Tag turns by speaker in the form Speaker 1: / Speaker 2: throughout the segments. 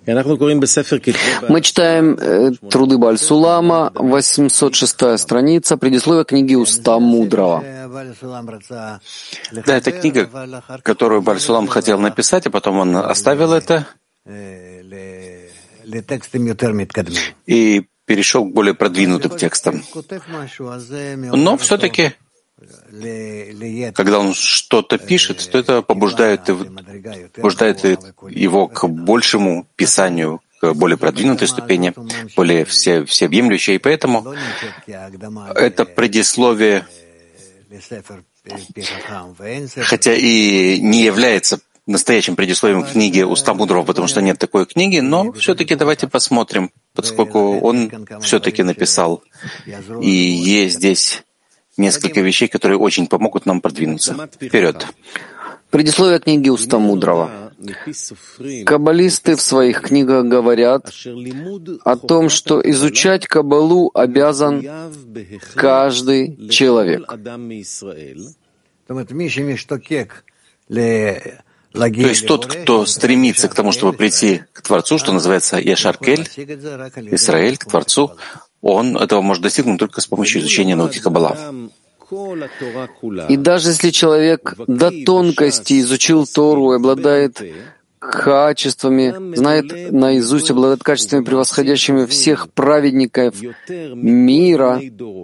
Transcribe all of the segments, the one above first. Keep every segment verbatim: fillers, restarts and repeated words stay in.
Speaker 1: Мы читаем э, труды Бааль-Сулама, восемьсот шестая страница, предисловие книги «Уста мудрого».
Speaker 2: Да, это книга, которую Бааль-Сулам хотел написать, а потом он оставил это и перешел к более продвинутым текстам. Но все-таки, когда он что-то пишет, то это побуждает, побуждает его к большему писанию, к более продвинутой ступени, более все, всеобъемлющей. И поэтому это предисловие, хотя и не является настоящим предисловием книги «Уста мудрого», потому что нет такой книги, но все-таки давайте посмотрим, поскольку он все-таки написал. И есть здесь несколько вещей, которые очень помогут нам продвинуться. Вперед.
Speaker 1: Предисловие книги «Уста мудрого». Каббалисты в своих книгах говорят о том, что изучать Каббалу обязан каждый человек.
Speaker 2: То есть тот, кто стремится к тому, чтобы прийти к Творцу, что называется Яшар-Кель, Исраэль, к Творцу, он этого может достигнуть только с помощью изучения науки Каббала.
Speaker 1: И даже если человек до тонкости изучил Тору и обладает качествами, знает наизусть, обладает качествами, превосходящими всех праведников мира,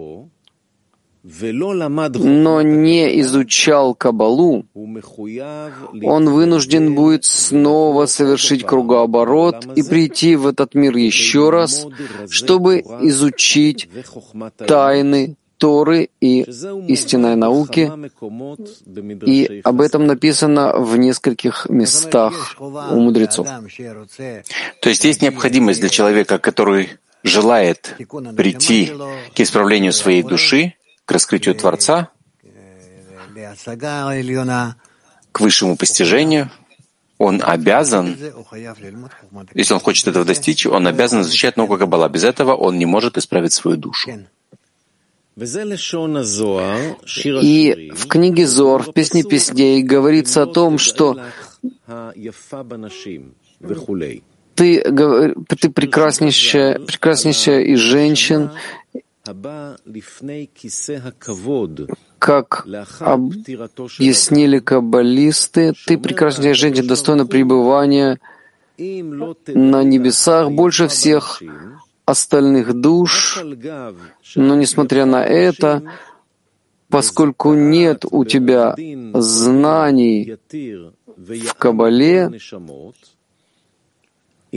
Speaker 1: но не изучал Каббалу, он вынужден будет снова совершить кругооборот и прийти в этот мир еще раз, чтобы изучить тайны Торы и истинной науки, и об этом написано в нескольких местах у мудрецов.
Speaker 2: То есть есть необходимость для человека, который желает прийти к исправлению своей души, к раскрытию Творца, к высшему постижению. Он обязан, если он хочет этого достичь, он обязан изучать науку Каббала. Без этого он не может исправить свою душу.
Speaker 1: И в книге Зоар, в Песне Песней, говорится о том, что ты, ты прекраснейшая, прекраснейшая из женщин, как объяснили каббалисты, ты прекраснейшая женщина, достойна пребывания на небесах больше всех остальных душ, но несмотря на это, поскольку нет у тебя знаний в Каббале, ты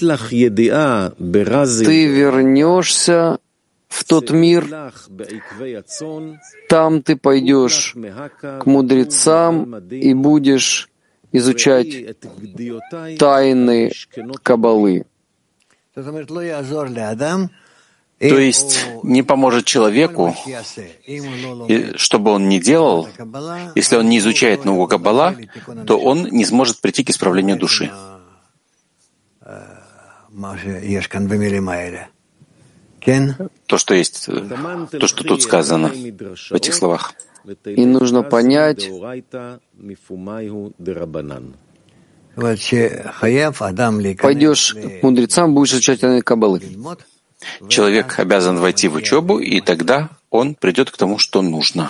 Speaker 1: вернешься в тот мир, там ты пойдешь к мудрецам и будешь изучать тайны Каббалы.
Speaker 2: То есть не поможет человеку, что бы он ни делал, если он не изучает науку Каббала, то он не сможет прийти к исправлению души. То, что есть, то, что тут сказано в этих словах.
Speaker 1: И нужно понять, пойдешь к мудрецам, будешь изучать тайны Каббалы.
Speaker 2: Человек обязан войти в учебу, и тогда он придет к тому, что нужно.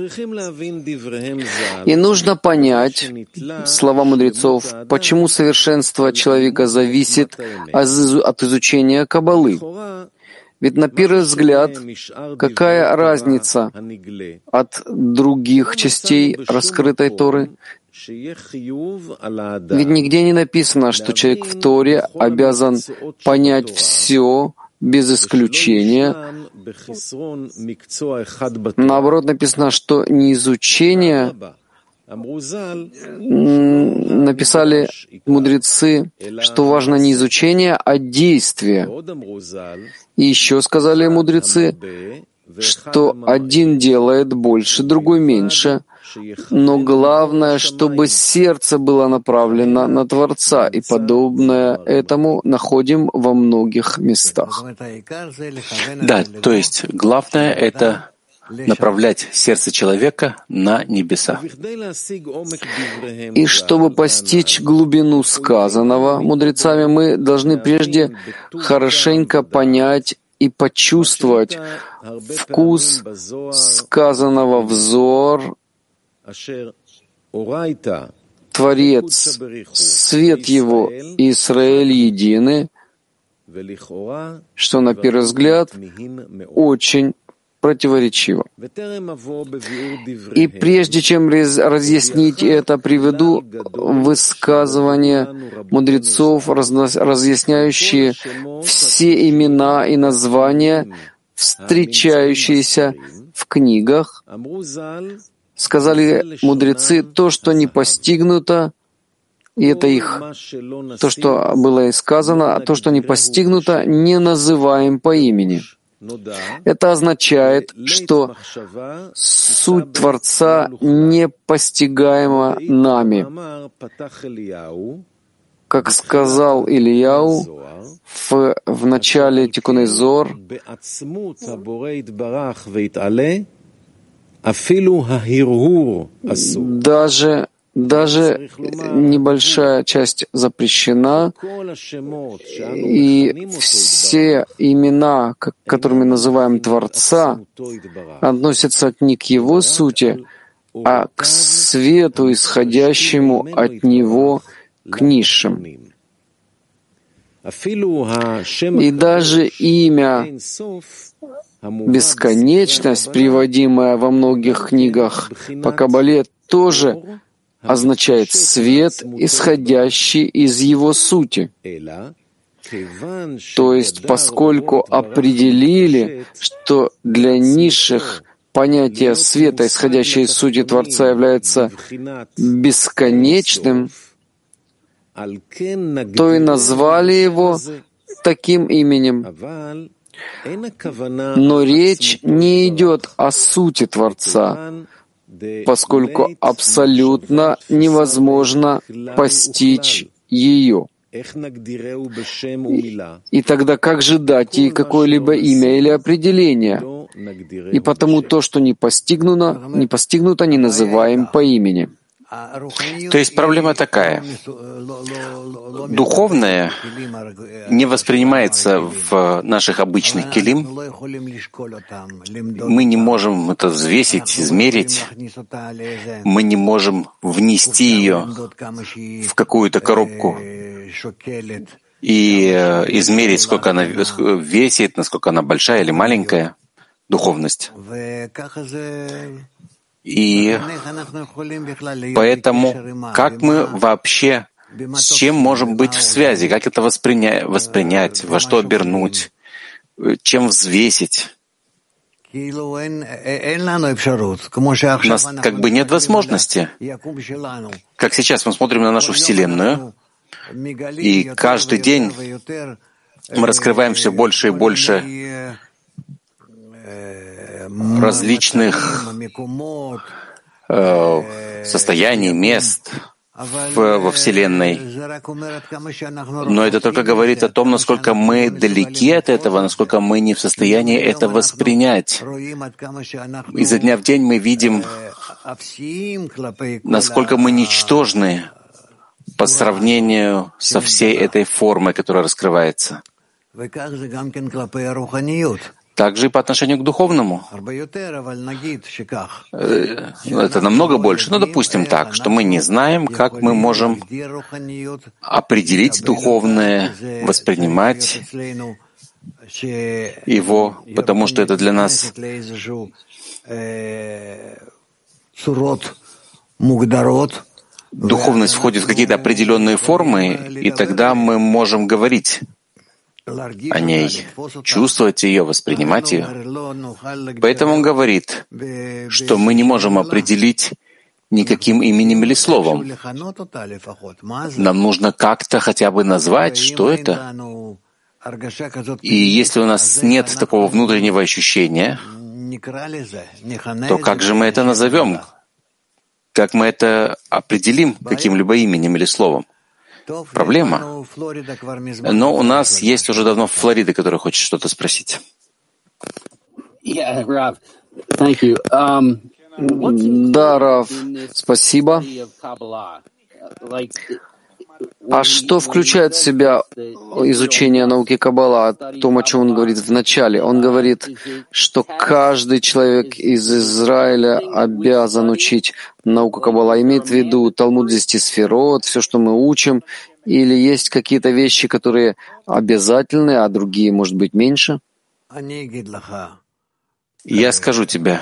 Speaker 1: И нужно понять слова мудрецов, почему совершенство человека зависит от изучения Каббалы. Ведь на первый взгляд, какая разница от других частей раскрытой Торы? Ведь нигде не написано, что человек в Торе обязан понять все без исключения. Наоборот, написано, что не изучение, написали мудрецы, что важно не изучение, а действие. И еще сказали мудрецы, что один делает больше, другой меньше, но главное, чтобы сердце было направлено на Творца, и подобное этому находим во многих местах.
Speaker 2: Да, то есть главное — это направлять сердце человека на небеса.
Speaker 1: И чтобы постичь глубину сказанного мудрецами, мы должны прежде хорошенько понять и почувствовать вкус сказанного, взор, Творец, свет его, Израиль едины, что на первый взгляд очень противоречиво. И прежде чем разъяснить это, приведу высказывания мудрецов, разъясняющие все имена и названия, встречающиеся в книгах. Сказали мудрецы, то, что не постигнуто, и это их, то, что было и сказано, а то, что не постигнуто, не называем по имени. Это означает, что суть Творца не постигаема нами. Как сказал Ильяу в, в начале Тикуней Зор, даже Даже небольшая часть запрещена, и все имена, которыми называем Творца, относятся не к Его сути, а к свету, исходящему от Него, к низшим. И даже имя «бесконечность», приводимое во многих книгах по Кабале, тоже означает свет, исходящий из его сути. То есть, поскольку определили, что для низших понятие света, исходящее из сути Творца, является бесконечным, то и назвали его таким именем. Но речь не идет о сути Творца, поскольку абсолютно невозможно постичь ее. И, и тогда как же дать ей какое-либо имя или определение? И потому то, что не постигнуто, не постигнуто, не называем по имени.
Speaker 2: То есть проблема такая. Духовное не воспринимается в наших обычных келим. Мы не можем это взвесить, измерить. Мы не можем внести ее в какую-то коробку и измерить, сколько она весит, насколько она большая или маленькая, духовность. И поэтому как мы вообще, с чем можем быть в связи, как это восприня... воспринять, во что обернуть, чем взвесить? У нас как бы нет возможности. Как сейчас мы смотрим на нашу Вселенную, и каждый день мы раскрываем все больше и больше различных э, состояний, мест в, во Вселенной. Но это только говорит о том, насколько мы далеки от этого, насколько мы не в состоянии это воспринять. Изо дня в день мы видим, насколько мы ничтожны по сравнению со всей этой формой, которая раскрывается. Также и по отношению к духовному. Это намного больше. Но допустим так, что мы не знаем, как мы можем определить духовное, воспринимать его, потому что это для нас духовность входит в какие-то определенные формы, и тогда мы можем говорить о ней, чувствовать ее, воспринимать ее. Поэтому он говорит, что мы не можем определить никаким именем или словом. Нам нужно как-то хотя бы назвать, что это. И если у нас нет такого внутреннего ощущения, то как же мы это назовем? Как мы это определим каким-либо именем или словом? Проблема. Но у нас есть уже давно Флорида, который хочет что-то спросить.
Speaker 3: Yeah, Rav. Um,
Speaker 1: Да, Рав, спасибо. А что включает в себя изучение науки Каббала, о том, о чем он говорит в начале? Он говорит, что каждый человек из Израиля обязан учить науку Каббала. Имеет в виду Талмуд десяти сферот, все, что мы учим, или есть какие-то вещи, которые обязательны, а другие, может быть, меньше?
Speaker 2: Я скажу тебе,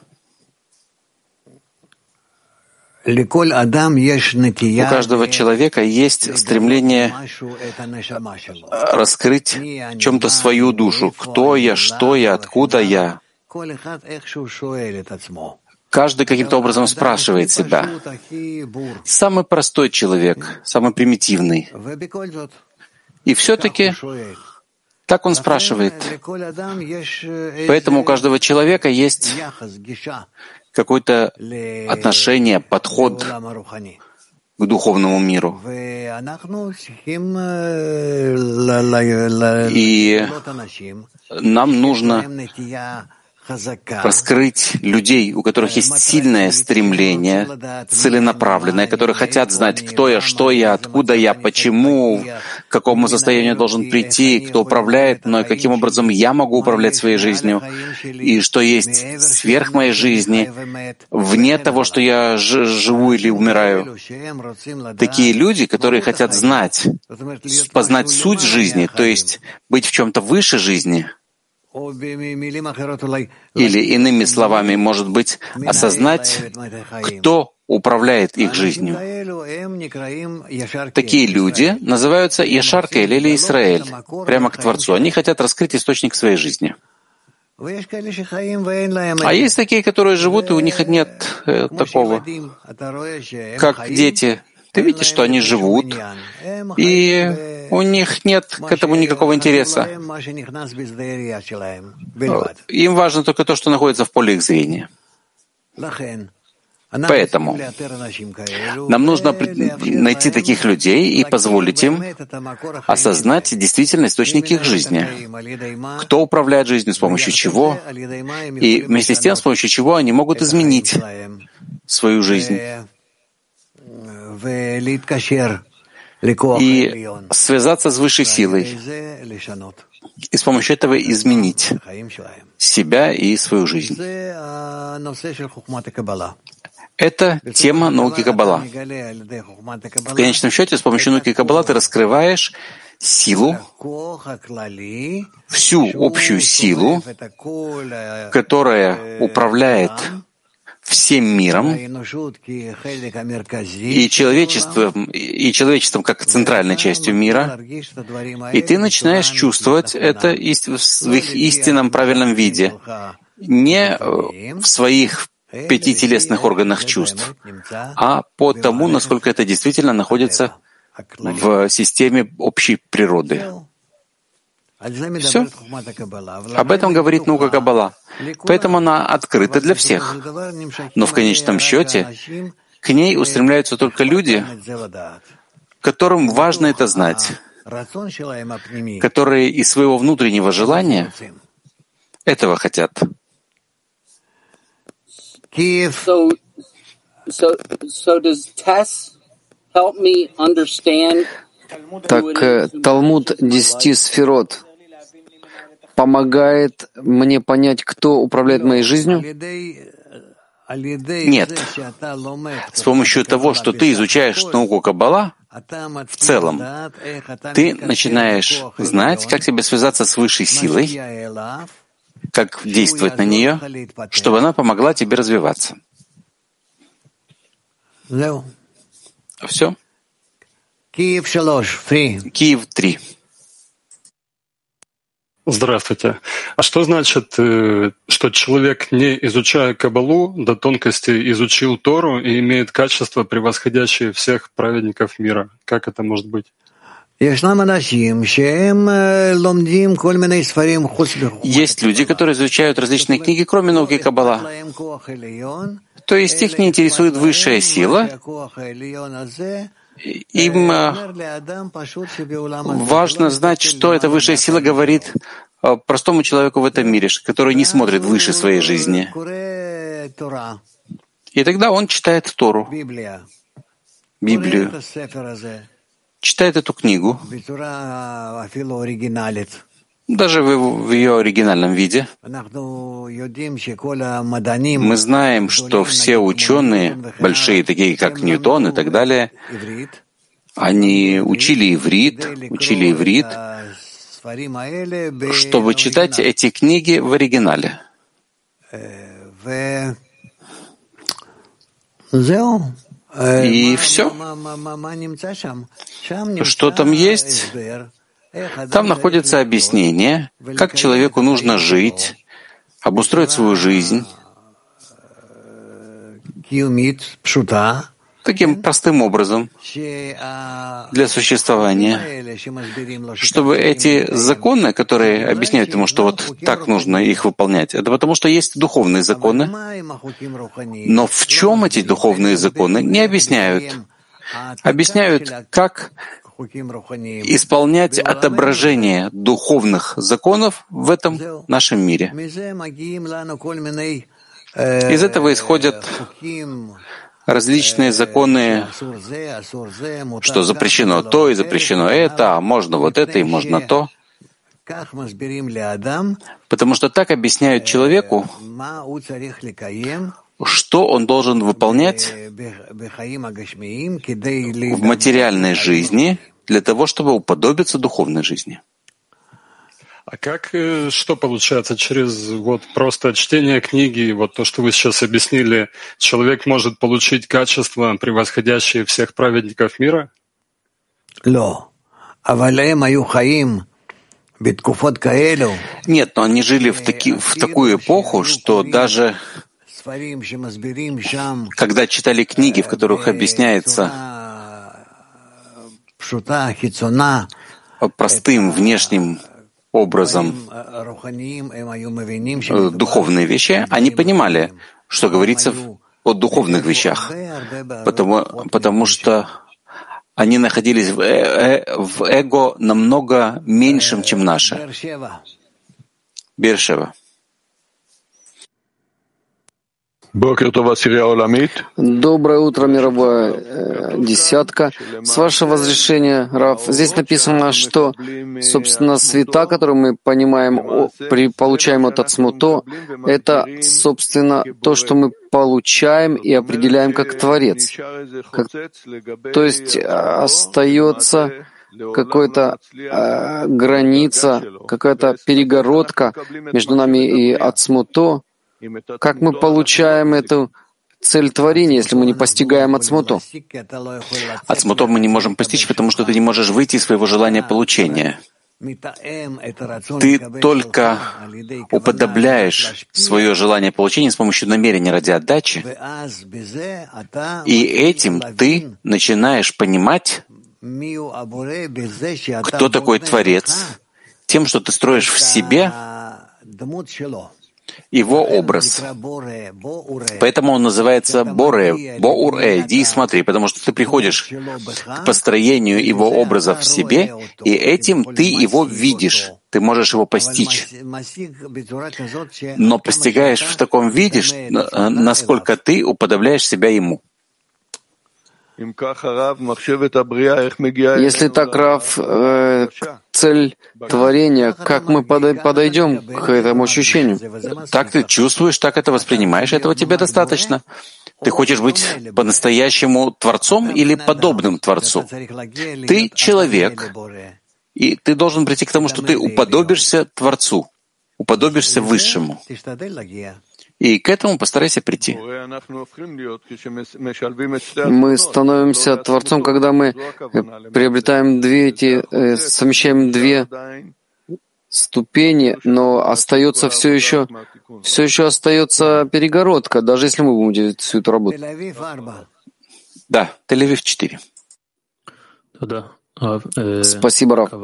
Speaker 4: у
Speaker 2: каждого человека есть стремление раскрыть в чем-то свою душу. Кто я, что я, откуда я. Каждый каким-то образом спрашивает себя. Самый простой человек, самый примитивный. И все-таки так он спрашивает. Поэтому у каждого человека есть какое-то отношение, подход к духовному миру. И нам нужно раскрыть людей, у которых есть сильное стремление, целенаправленное, которые хотят знать, кто я, что я, откуда я, почему, к какому состоянию я должен прийти, кто управляет мной, каким образом я могу управлять своей жизнью, и что есть сверх моей жизни, вне того, что я ж- живу или умираю. Такие люди, которые хотят знать, познать суть жизни, то есть быть в чем-то выше жизни, или, иными словами, может быть, осознать, кто управляет их жизнью. Такие люди называются Яшар Кеэль или Исраэль, прямо к Творцу. Они хотят раскрыть источник своей жизни. А есть такие, которые живут, и у них нет э, такого. Как дети. Ты видишь, что они живут, и у них нет к этому никакого интереса. Им важно только то, что находится в поле их зрения. Поэтому нам нужно найти таких людей и позволить им осознать действительно источник их жизни. Кто управляет жизнью, с помощью чего, и вместе с тем, с помощью чего они могут изменить свою жизнь. И связаться с высшей силой, и с помощью этого изменить себя и свою жизнь. Это тема науки Каббала. В конечном счете, с помощью науки Каббала ты раскрываешь силу, всю общую силу, которая управляет всем миром и человечеством, и человечеством как центральной частью мира, и ты начинаешь чувствовать это в их истинном правильном виде, не в своих пяти телесных органах чувств, а по тому, насколько это действительно находится в системе общей природы. Все. Об этом говорит наука Каббала. Поэтому она открыта для всех. Но в конечном счете к ней устремляются только люди, которым важно это знать, которые из своего внутреннего желания этого хотят.
Speaker 3: So, so, so does Tess help me understand?
Speaker 1: Так Талмуд десяти сферот помогает мне понять, кто управляет моей жизнью?
Speaker 2: Нет. С помощью того, что ты изучаешь науку Каббала, в целом, ты начинаешь знать, как тебе связаться с высшей силой, как действовать на нее, чтобы она помогла тебе развиваться. Все. Киев три.
Speaker 5: Здравствуйте. А что значит, что человек, не изучая Каббалу, до тонкости изучил Тору и имеет качества, превосходящие всех праведников мира? Как это может быть?
Speaker 2: Есть люди, которые изучают различные книги, кроме науки Каббала. То есть их не интересует высшая сила. Им важно знать, что эта высшая сила говорит простому человеку в этом мире, который не смотрит выше своей жизни. И тогда он читает Тору, Библию, читает эту книгу, даже в, в ее оригинальном виде. Мы знаем, что все ученые, большие, такие как Ньютон и так далее, они учили иврит, учили иврит, чтобы читать эти книги в оригинале. И все. Что там есть? Там находится объяснение, как человеку нужно жить, обустроить свою жизнь таким простым образом для существования, чтобы эти законы, которые объясняют ему, что вот так нужно их выполнять, это потому что есть духовные законы, но в чем эти духовные законы, не объясняют. Объясняют, как исполнять отображение духовных законов в этом нашем мире. Из этого исходят различные законы, что запрещено то и запрещено это, а можно вот это и можно то. Потому что так объясняют человеку, что он должен выполнять в материальной жизни для того, чтобы уподобиться духовной жизни.
Speaker 5: А как, что получается, через вот просто чтение книги, вот то, что вы сейчас объяснили, человек может получить качества, превосходящие всех праведников мира?
Speaker 2: Нет, но они жили в, таки, в такую эпоху, что даже когда читали книги, в которых объясняется простым внешним образом духовные вещи, они понимали, что говорится о духовных вещах, потому, потому что они находились в, э, в эго намного меньшем, чем наше. Беэр-Шева.
Speaker 1: Доброе утро, мировая э, десятка. С вашего разрешения, Рав, здесь написано, что, собственно, света, которые мы понимаем, о, при, получаем от Ацмуто, это, собственно, то, что мы получаем и определяем как Творец. Как, то есть остается какая-то э, граница, какая-то перегородка между нами и Ацмуто. Как мы получаем эту цель творения, если мы не постигаем Ацмуто?
Speaker 2: Ацмуто мы не можем постичь, потому что ты не можешь выйти из своего желания получения. Ты только уподобляешь свое желание получения с помощью намерения ради отдачи, и этим ты начинаешь понимать, кто такой Творец, тем, что ты строишь в себе его образ. Поэтому он называется Боре, Боур-Э, иди и смотри, потому что ты приходишь к построению его образа в себе, и этим ты его видишь, ты можешь его постичь. Но постигаешь в таком виде, насколько ты уподобляешь себя ему.
Speaker 1: Если так, Рав, э, цель творения, как мы подойдем к этому ощущению?
Speaker 2: Так ты чувствуешь, так это воспринимаешь, этого тебе достаточно. Ты хочешь быть по-настоящему Творцом или подобным Творцу? Ты человек, и ты должен прийти к тому, что ты уподобишься Творцу, уподобишься Высшему. И к этому постарайся прийти.
Speaker 1: Мы становимся Творцом, когда мы приобретаем две эти, э, совмещаем две ступени, но остается все еще, все еще остается перегородка, даже если мы будем делать всю эту работу.
Speaker 2: Да, Тель-Авив четыре.
Speaker 1: Спасибо, Рав.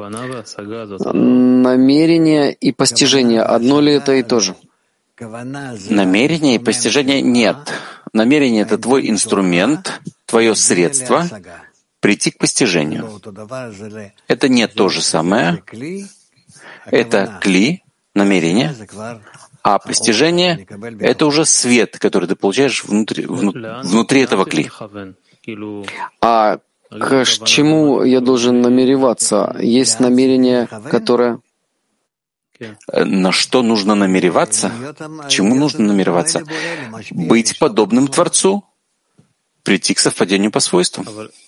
Speaker 1: Намерение и постижение, одно ли это и то же?
Speaker 2: Намерение и постижение нет. Намерение — это твой инструмент, твое средство прийти к постижению. Это не то же самое. Это кли, намерение, а постижение — это уже свет, который ты получаешь внутри, вну, внутри этого кли.
Speaker 1: А к чему я должен намереваться? Есть намерение, которое...
Speaker 2: На что нужно намереваться? Чему нужно намереваться? Быть подобным Творцу, прийти к совпадению по свойствам.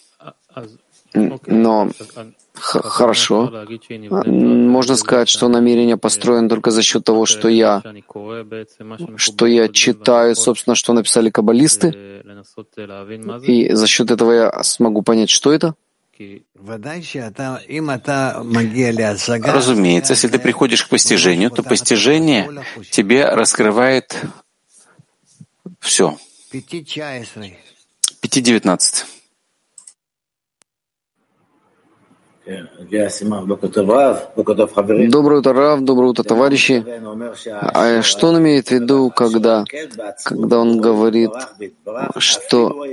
Speaker 1: Но х- хорошо. Можно сказать, что намерение построено только за счет того, что я, что я читаю, собственно, что написали каббалисты, и за счет этого я смогу понять, что это?
Speaker 2: Разумеется, если ты приходишь к постижению, то постижение тебе раскрывает все. пять девятнадцать.
Speaker 1: Доброе утро, Рав, доброе утро, товарищи. А что он имеет в виду, когда, когда он говорит, что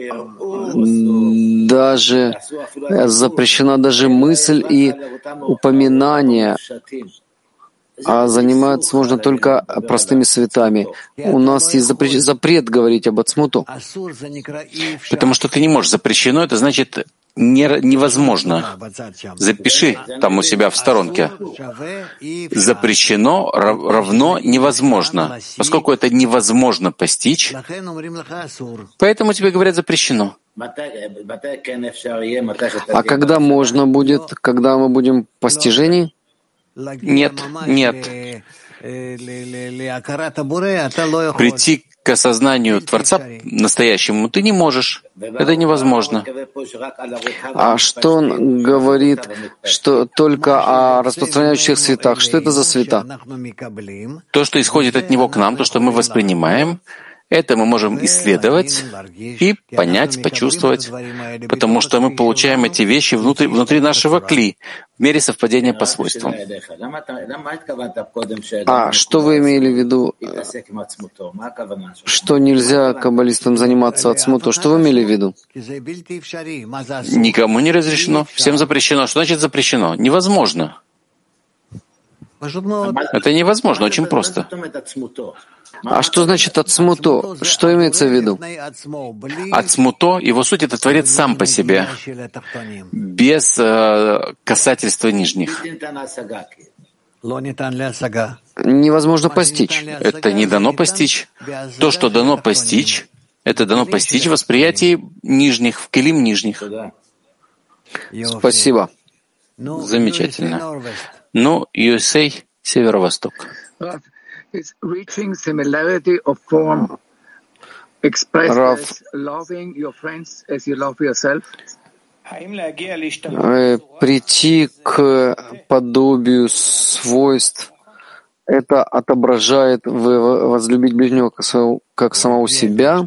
Speaker 1: даже запрещена даже мысль и упоминание, а заниматься можно только простыми светами. У нас есть запрет, запрет говорить об ацмуту.
Speaker 2: Потому что ты не можешь. Запрещено, это значит не, невозможно. Запиши там у себя в сторонке. Запрещено равно невозможно. Поскольку это невозможно постичь, поэтому тебе говорят запрещено.
Speaker 1: А когда можно будет, когда мы будем в постижении?
Speaker 2: Нет, нет. Прийти к осознанию Творца настоящему ты не можешь. Это невозможно.
Speaker 1: А что он говорит, что только о распространяющих светах? Что это за света?
Speaker 2: То, что исходит от него к нам, то, что мы воспринимаем, это мы можем исследовать и понять, почувствовать, потому что мы получаем эти вещи внутри, внутри нашего кли, в мере совпадения по свойствам.
Speaker 1: А что вы имели в виду, что нельзя каббалистам заниматься ацмуто? Что вы имели в виду?
Speaker 2: Никому не разрешено, всем запрещено. Что значит запрещено? Невозможно. Это невозможно, очень просто.
Speaker 1: А что значит ацмуто? Что имеется в виду?
Speaker 2: Ацмуто, его суть — это Творец сам по себе, без э, касательства нижних.
Speaker 1: Невозможно постичь.
Speaker 2: Это не дано постичь. То, что дано постичь, это дано постичь в восприятии нижних, в келим нижних.
Speaker 1: Спасибо.
Speaker 2: Замечательно. Ну, ю эс эй, северо-восток.
Speaker 6: It's reaching similarity of form expressed
Speaker 1: Rav,
Speaker 6: as loving your friends as you love yourself.
Speaker 1: Прийти к подобию свойств, это отображает возлюбить ближнего как, своего, как самого себя.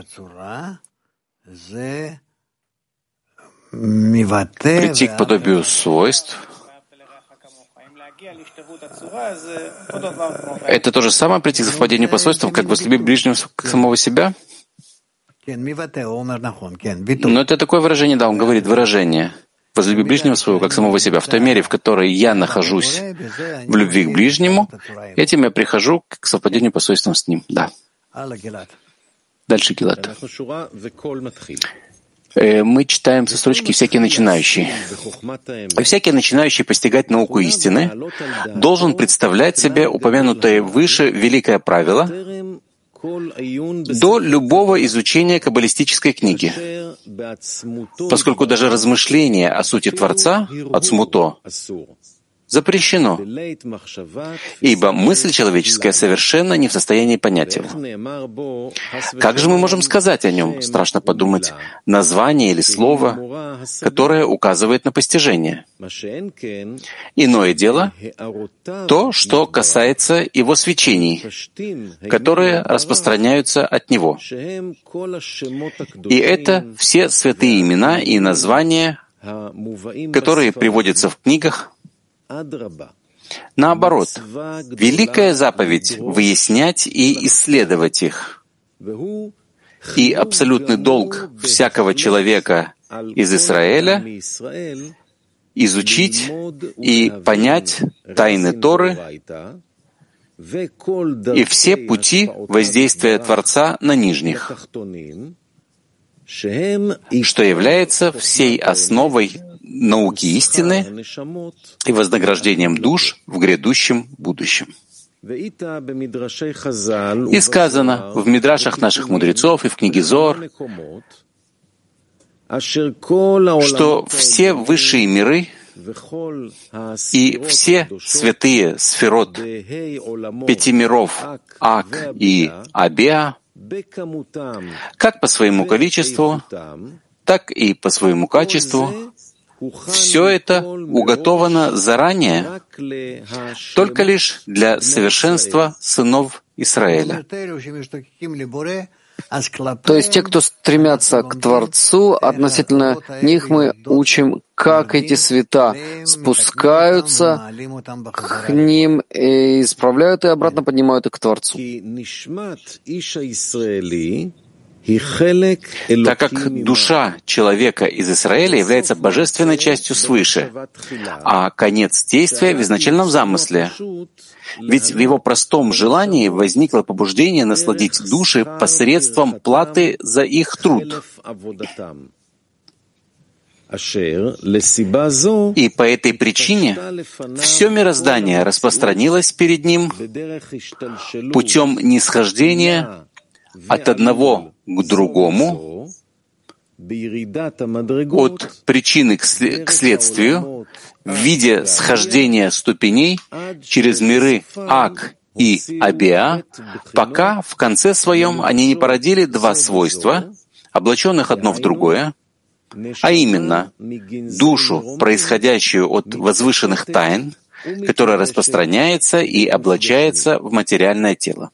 Speaker 2: Прийти к подобию свойств — это то же самое прийти к совпадению по свойствам, как возлюбить ближнего как самого себя? Но это такое выражение, да, он говорит выражение. Возлюби ближнего своего как самого себя. В той мере, в которой я нахожусь в любви к ближнему, этим я прихожу к совпадению по свойствам с ним. Да. Дальше Гилат. Мы читаем со строчки «Всякий начинающий». Всякий начинающий постигать науку истины должен представлять себе упомянутое выше великое правило до любого изучения каббалистической книги, поскольку даже размышление о сути Творца, ацмуто, запрещено, ибо мысль человеческая совершенно не в состоянии понять его. Как же мы можем сказать о нем, страшно подумать, название или слово, которое указывает на постижение? Иное дело — то, что касается его свечений, которые распространяются от него. И это все святые имена и названия, которые приводятся в книгах. Наоборот, великая заповедь — выяснять и исследовать их. И абсолютный долг всякого человека из Израиля — изучить и понять тайны Торы и все пути воздействия Творца на нижних, что является всей основой науки истины и вознаграждением душ в грядущем будущем. И сказано в мидрашах наших мудрецов и в книге Зоар, что все высшие миры и все святые сферот пяти миров Ак и Абеа, как по своему количеству, так и по своему качеству, все это уготовано заранее только лишь для совершенства сынов Израиля.
Speaker 1: То есть те, кто стремятся к Творцу, относительно них мы учим, как эти света спускаются к ним, и исправляют и обратно поднимают их к Творцу.
Speaker 2: Так как душа человека из Израиля является божественной частью свыше, а конец действия в изначальном замысле. Ведь в его простом желании возникло побуждение насладить души посредством платы за их труд. И по этой причине все мироздание распространилось перед ним путем нисхождения от одного к другому, от причины к следствию, в виде схождения ступеней через миры Ак и Абеа, пока в конце своем они не породили два свойства, облаченных одно в другое, а именно душу, происходящую от возвышенных тайн, которая распространяется и облачается в материальное тело.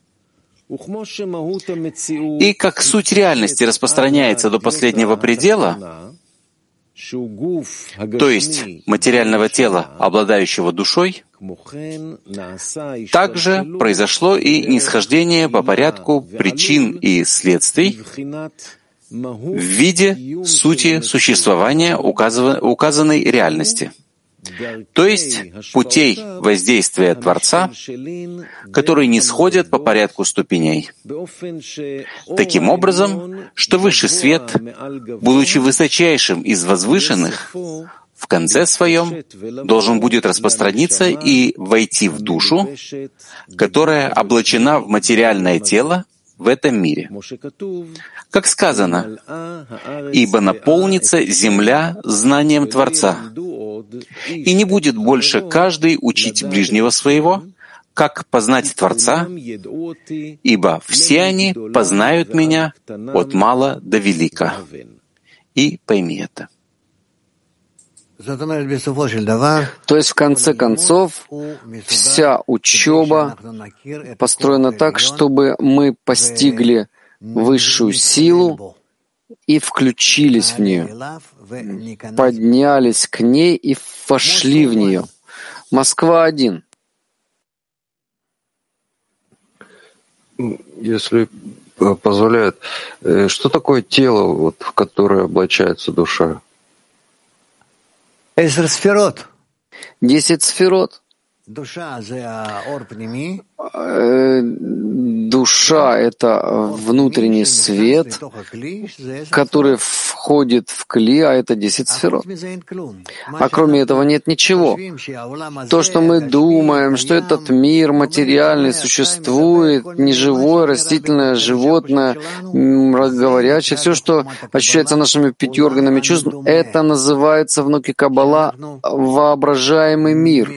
Speaker 2: И как суть реальности распространяется до последнего предела, то есть материального тела, обладающего душой, также произошло и нисхождение по порядку причин и следствий в виде сути существования указанной реальности, то есть путей воздействия Творца, которые не сходят по порядку ступеней. Таким образом, что высший свет, будучи высочайшим из возвышенных, в конце своем должен будет распространиться и войти в душу, которая облачена в материальное тело в этом мире. Как сказано, «Ибо наполнится земля знанием Творца, и не будет больше каждый учить ближнего своего, как познать Творца, ибо все они познают Меня от мала до велика». И пойми это.
Speaker 1: То есть, в конце концов, вся учеба построена так, чтобы мы постигли высшую силу и включились в нее, поднялись к ней и вошли в нее. Москва один.
Speaker 7: Если позволяет, что такое тело, вот, в которое облачается душа?
Speaker 1: Десять сферот. Душа — это внутренний свет, который входит в кли, а это десять сферот. А кроме этого нет ничего. То, что мы думаем, что этот мир материальный существует, неживое, растительное, животное, говорящее, все, что ощущается нашими пятью органами чувств, это называется в науке Каббала воображаемый мир.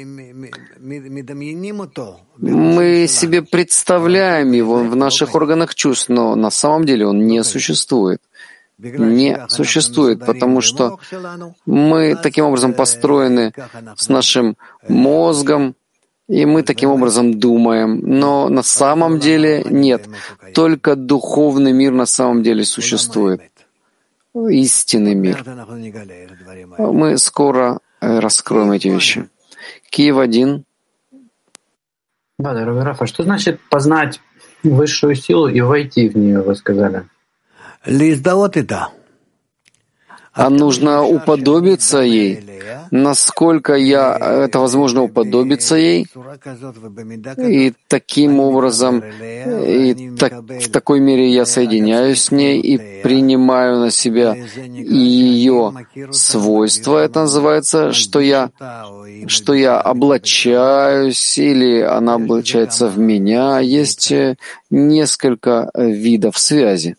Speaker 1: Мы себе представляем его в наших органах чувств, но на самом деле он не существует. Не существует, потому что мы таким образом построены с нашим мозгом, и мы таким образом думаем. Но на самом деле нет. Только духовный мир на самом деле существует. Истинный мир. Мы скоро раскроем эти вещи. Киев один.
Speaker 8: Да, дорогой Раф, а что значит познать высшую силу и войти в нее, вы сказали?
Speaker 1: а нужно уподобиться ей. Насколько я, это возможно уподобиться ей, и таким образом, и так, в такой мере я соединяюсь с ней и принимаю на себя ее свойства. Это называется, что я, что я облачаюсь, или она облачается в меня. Есть несколько видов связи.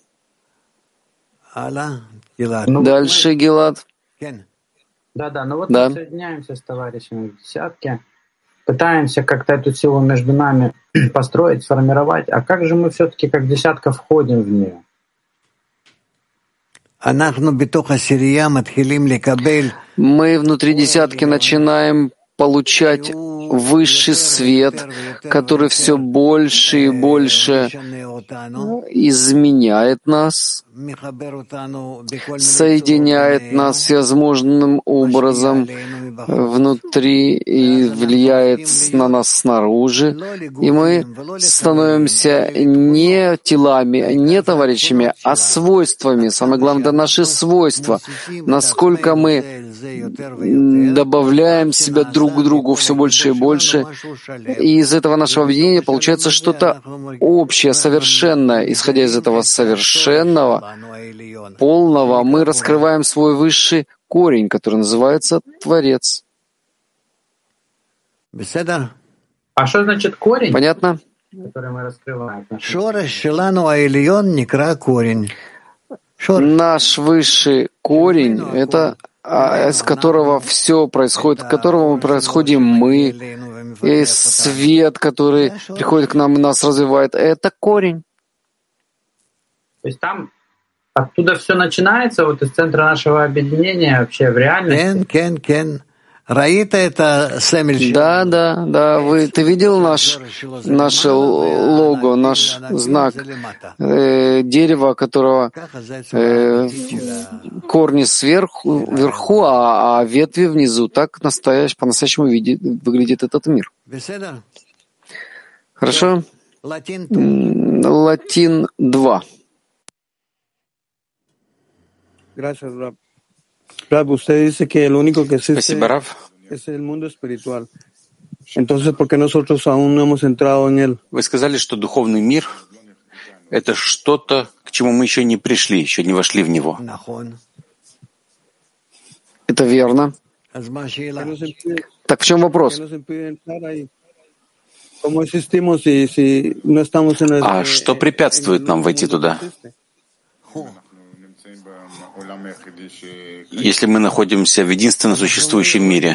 Speaker 8: Ну,
Speaker 1: Дальше, Гилад.
Speaker 8: Да-да, ну вот
Speaker 1: да.
Speaker 8: мы соединяемся с товарищами в десятке, пытаемся как-то эту силу между нами построить, сформировать. А как же мы все-таки как десятка входим в нее?
Speaker 1: Мы внутри десятки начинаем получать высший свет, который все больше и больше изменяет нас, соединяет нас всевозможным образом внутри и влияет на нас снаружи. И мы становимся не телами, не товарищами, а свойствами. Самое главное, это наши свойства. Насколько мы добавляем себя друг к другу все больше и больше, и из этого нашего объединения получается что-то общее, совершенное. Исходя из этого совершенного, полного, мы раскрываем свой высший корень, который называется Творец.
Speaker 8: А что значит корень?
Speaker 1: Понятно?
Speaker 8: Который мы раскрываем.
Speaker 1: Наш высший корень — это из которого все происходит, от которого мы происходим мы, и свет, который приходит к нам и нас развивает, это корень.
Speaker 8: То есть там оттуда все начинается, вот из центра нашего объединения вообще в реальности?
Speaker 1: Да, да, да. Вы, ты видел наш, наше лого, наш знак, э, дерева, которого э, корни сверху, вверху, а, а ветви внизу. Так настоящ, по-настоящему видит, выглядит этот мир. Хорошо? Латин два.
Speaker 2: Спасибо, Рав. Вы сказали, что духовный мир — это что-то, к чему мы еще не пришли, еще не вошли в него.
Speaker 1: Это верно. Так в чем вопрос?
Speaker 2: А что препятствует нам войти туда? Если мы находимся в единственно существующем мире?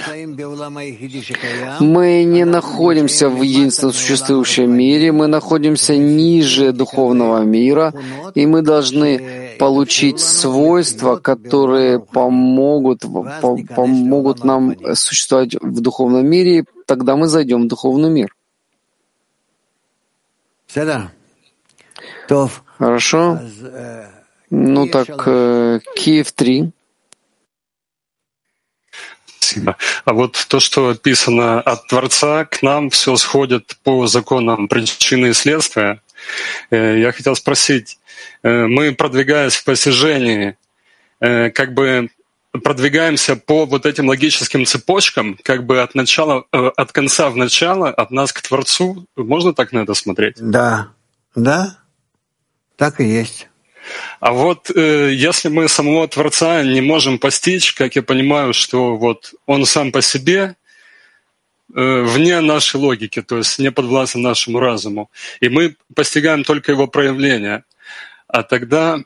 Speaker 1: Мы не находимся в единственно существующем мире, мы находимся ниже духовного мира, и мы должны получить свойства, которые помогут, по, помогут нам существовать в духовном мире, и тогда мы зайдем в духовный мир. Хорошо? Ну так, э, Киев три.
Speaker 5: Спасибо. А вот то, что описано от Творца, к нам все сходит по законам причины и следствия. Э, я хотел спросить, э, мы, продвигаясь в постижении, э, как бы продвигаемся по вот этим логическим цепочкам, как бы от начала, э, от конца в начало, от нас к Творцу. Можно так на это смотреть?
Speaker 9: Да, да, так и есть.
Speaker 5: А вот э, если мы самого Творца не можем постичь, как я понимаю, что вот Он сам по себе э, вне нашей логики, то есть не подвластен нашему разуму, и мы постигаем только Его проявления, а тогда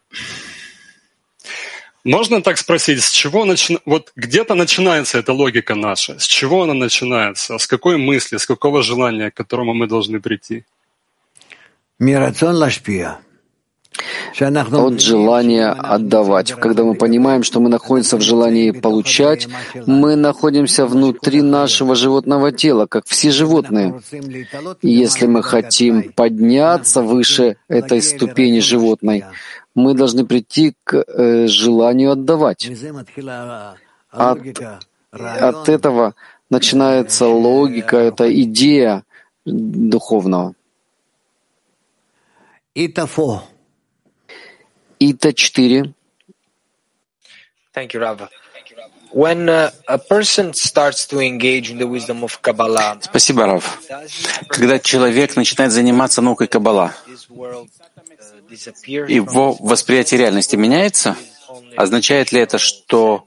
Speaker 5: можно так спросить, с чего начи... вот где-то начинается эта логика наша, с чего она начинается, с какой мысли, с какого желания, к которому мы должны прийти?
Speaker 9: Мирацион лашпия.
Speaker 1: От желания отдавать. Когда мы понимаем, что мы находимся в желании получать, мы находимся внутри нашего животного тела, как все животные. И если мы хотим подняться выше этой ступени животной, мы должны прийти к э, желанию отдавать. От, от этого начинается логика, это идея духовного.
Speaker 9: Итафо.
Speaker 1: Ита четыре.
Speaker 10: Thank you, Rav. When uh, a person starts to engage in the wisdom of Kabbalah,
Speaker 2: Спасибо, Рав. Когда человек начинает заниматься наукой Каббала, его восприятие реальности меняется? Означает ли это, что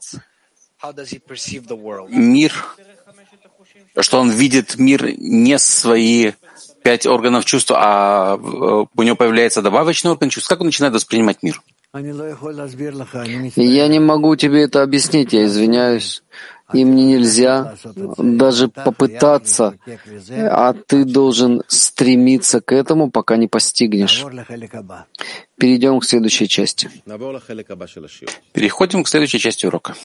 Speaker 2: мир, что он видит мир не свои пять органов чувств, а у него появляется добавочный орган чувств? Как он начинает воспринимать мир?
Speaker 1: Я не могу тебе это объяснить, я извиняюсь. И мне нельзя даже попытаться, а ты должен стремиться к этому, пока не постигнешь. Перейдем к следующей части.
Speaker 2: Переходим к следующей части урока.